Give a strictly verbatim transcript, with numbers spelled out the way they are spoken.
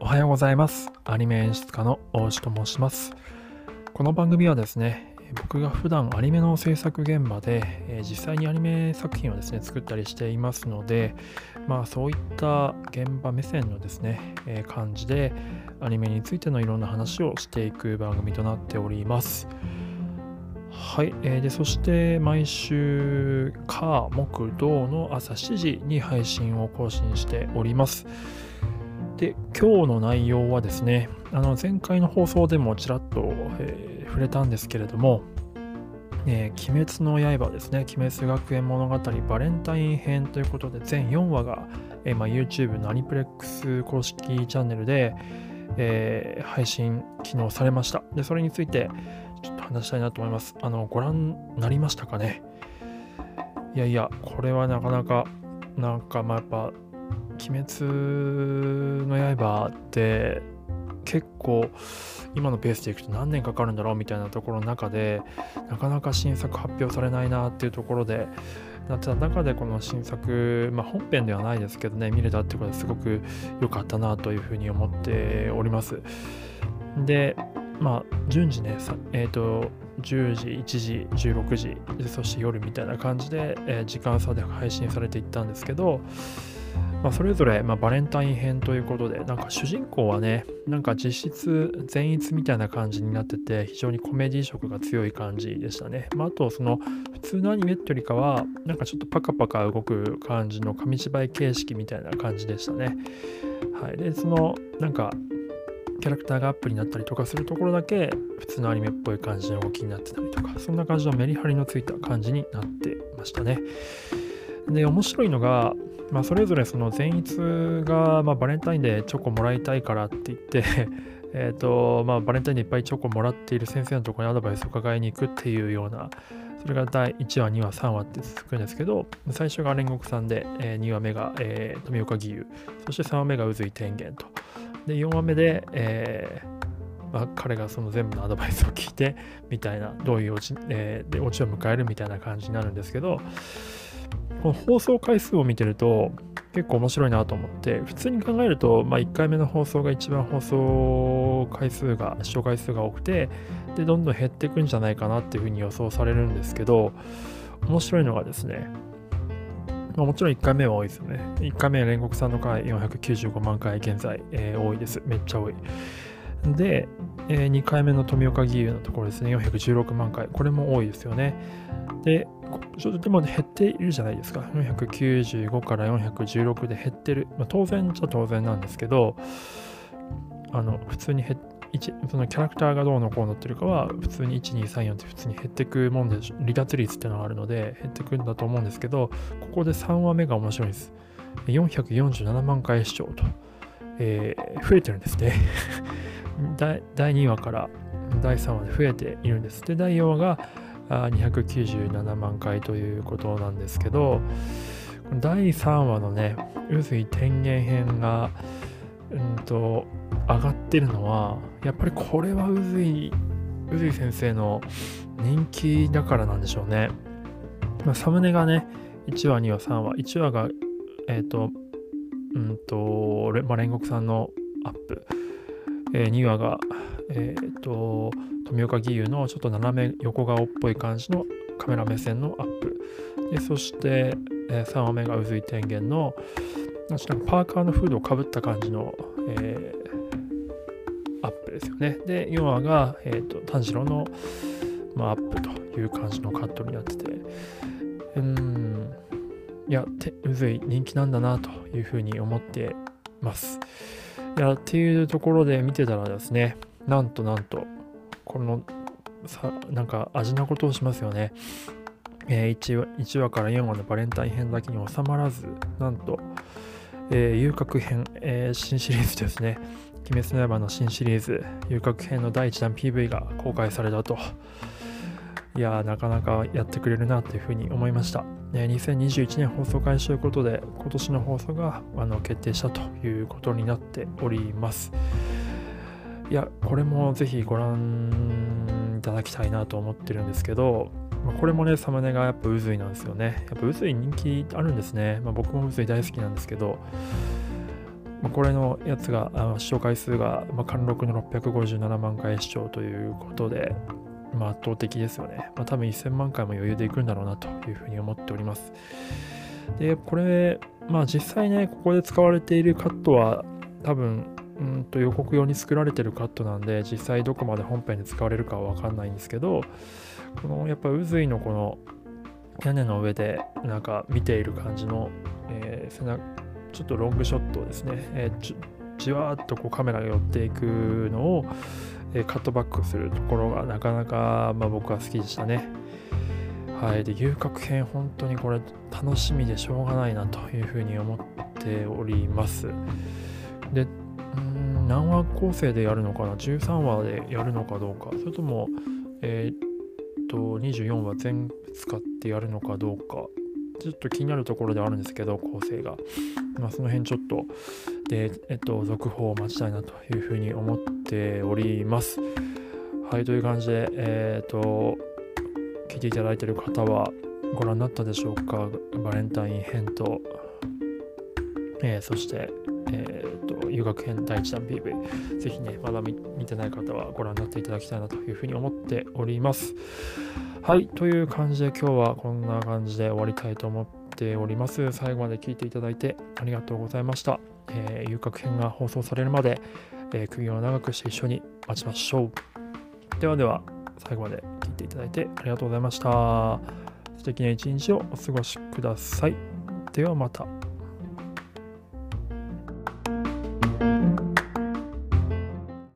おはようございます。アニメ演出家の大石と申します。この番組はですね、僕が普段アニメの制作現場で、えー実際にアニメ作品をですね、作ったりしていますので、まあそういった現場目線のですね、えー感じでアニメについてのいろんな話をしていく番組となっております。はい、えーで、そして毎週火、木、土の朝しちじに配信を更新しております。で、今日の内容はですね、あの前回の放送でもちらっと、えー触れたんですけれども、えー鬼滅の刃ですね、鬼滅学園物語バレンタイン編ということで、全よんわが、えーまあ、YouTube のアニプレックス公式チャンネルで、えー配信、機能されました。で、それについてちょっと話したいなと思います。あの、ご覧になりましたかね？いやいや、これはなかなか、なんかまあやっぱ、鬼滅の刃って結構今のペースでいくと何年かかるんだろうみたいなところの中でなかなか新作発表されないなっていうところでなった中でこの新作、まあ、本編ではないですけどね見れたってことですごく良かったなというふうに思っております。でまあ順次ねさえっ、とじゅうじ、いちじ、じゅうろくじ、でそして夜みたいな感じで、えー時間差で配信されていったんですけど、まあ、それぞれ、まあ、バレンタイン編ということで、なんか主人公はね、なんか実質善逸みたいな感じになってて、非常にコメディ色が強い感じでしたね。まあ、あと、その普通のアニメってよりかは、なんかちょっとパカパカ動く感じの紙芝居形式みたいな感じでしたね。はい。で、その、なんか、キャラクターがアップになったりとかするところだけ普通のアニメっぽい感じの動きになってたりとか、そんな感じのメリハリのついた感じになってましたね。で、面白いのが、まあ、それぞれその善逸が、まあ、バレンタインでチョコもらいたいからって言ってえっと、まあ、バレンタインでいっぱいチョコもらっている先生のところにアドバイスを伺いに行くっていうような、それがだいいちわ、にわ、さんわって続くんですけど、最初が煉獄さんで、えーにわめが、えー富岡義勇、そしてさんわめが宇髄天元と。で、よんわめで、えーまあ、彼がその全部のアドバイスを聞いてみたいな、どういうオチ、えーでオチを迎えるみたいな感じになるんですけど、この放送回数を見てると結構面白いなと思って、普通に考えると、まあ、いっかいめの放送が一番放送回数が視聴回数が多くて、でどんどん減っていくんじゃないかなっていうふうに予想されるんですけど、面白いのがですね、まあ、もちろんいっかいめは多いですよね。いっかいめは煉獄さんの回よんひゃくきゅうじゅうごまんかい現在、えー多いです。めっちゃ多い。で、えーにかいめの富岡義勇のところですね、よんひゃくじゅうろくまんかい。これも多いですよね。で、ちょっとでも減っているじゃないですか。よんひゃくきゅうじゅうごからよんひゃくじゅうろくで減ってる。まあ、当然じゃ当然なんですけど、あの普通に減っそのキャラクターがどうのこうのっていうかは、普通にいち、に、さん、よんって普通に減っていくもんで、離脱率っていうのがあるので、減っていくんだと思うんですけど、ここでさんわめが面白いです。よんひゃくよんじゅうななまんかい視聴と、えー増えてるんですね。だいにわからだいさんわで増えているんです。で、だいよんわがあにひゃくきゅうじゅうななまんかいということなんですけど、だいさんわのね、宇髄天元編が、うんと、上がってるのは、やっぱりこれは宇髄、宇髄先生の人気だからなんでしょうね。まあ、サムネがね、いちわ、にわ、さんわ、いちわが、えっ、と、うんと、レまあ、煉獄さんのアップ、えーにわが、えっ、と、富岡義勇のちょっと斜め横顔っぽい感じのカメラ目線のアップ。で、そして、えーさんわめが宇髄天元の、なんかパーカーのフードをかぶった感じの、えーアップですよね。で、よんわが、えー、と炭治郎の、まあ、アップという感じのカットになってて、うーん、いや、宇髄人気なんだなというふうに思ってます。いや、っていうところで見てたらですね、なんとなんと、このさ、なんか味なことをしますよね。えー、いちわ、いちわからよんわのバレンタイン編だけに収まらず、なんと、えー、遊郭編、えー新シリーズですね。鬼滅の刃の新シリーズ、遊郭編のだいいちだん ピーブイ が公開されたと。いやー、なかなかやってくれるなというふうに思いました。えーにせんにじゅういちねん放送開始ということで、今年の放送があの決定したということになっております。いや、これもぜひご覧いただきたいなと思ってるんですけど、まあ、これもね、サムネがやっぱ宇髄なんですよね。やっぱ宇髄人気あるんですね。まあ、僕も宇髄大好きなんですけど、 まあ、これのやつが、あの視聴回数が、まあ、貫禄のろっぴゃくごじゅうななまんかい視聴ということで、まあ、圧倒的ですよね。まあ、多分せんまんかいも余裕でいくんだろうなというふうに思っております。で、これ、まあ実際ね、ここで使われているカットは多分、うんと予告用に作られているカットなんで、実際どこまで本編で使われるかはわかんないんですけど、このやっぱ渦井のこの屋根の上でなんか見ている感じの、えー、背中ちょっとロングショットをですね、えー、じ, じわーっとこうカメラが寄っていくのを、えー、カットバックするところがなかなか、まあ、僕は好きでしたね。はい、で遊郭編本当にこれ楽しみでしょうがないなというふうに思っております。で、うーん何話構成でやるのかな、じゅうさんわでやるのかどうか、それともえー、っとにじゅうよんわ全部使ってやるのかどうか、ちょっと気になるところではあるんですけど、構成が、まあ、その辺ちょっとで、えっと、続報を待ちたいなというふうに思っております。はい、という感じで、えー、っと聞いていただいている方はご覧になったでしょうか。バレンタイン編と、えー、そして、えー、と遊楽編だいいちだん ピーブイ、 ぜひねまだ 見, 見てない方はご覧になっていただきたいなというふうに思っております。はい、という感じで今日はこんな感じで終わりたいと思っております。最後まで聞いていただいてありがとうございました。えー、遊楽編が放送されるまで、えー、釘を長くして一緒に待ちましょう。ではでは最後まで聞いていただいてありがとうございました。素敵な一日をお過ごしください。ではまた。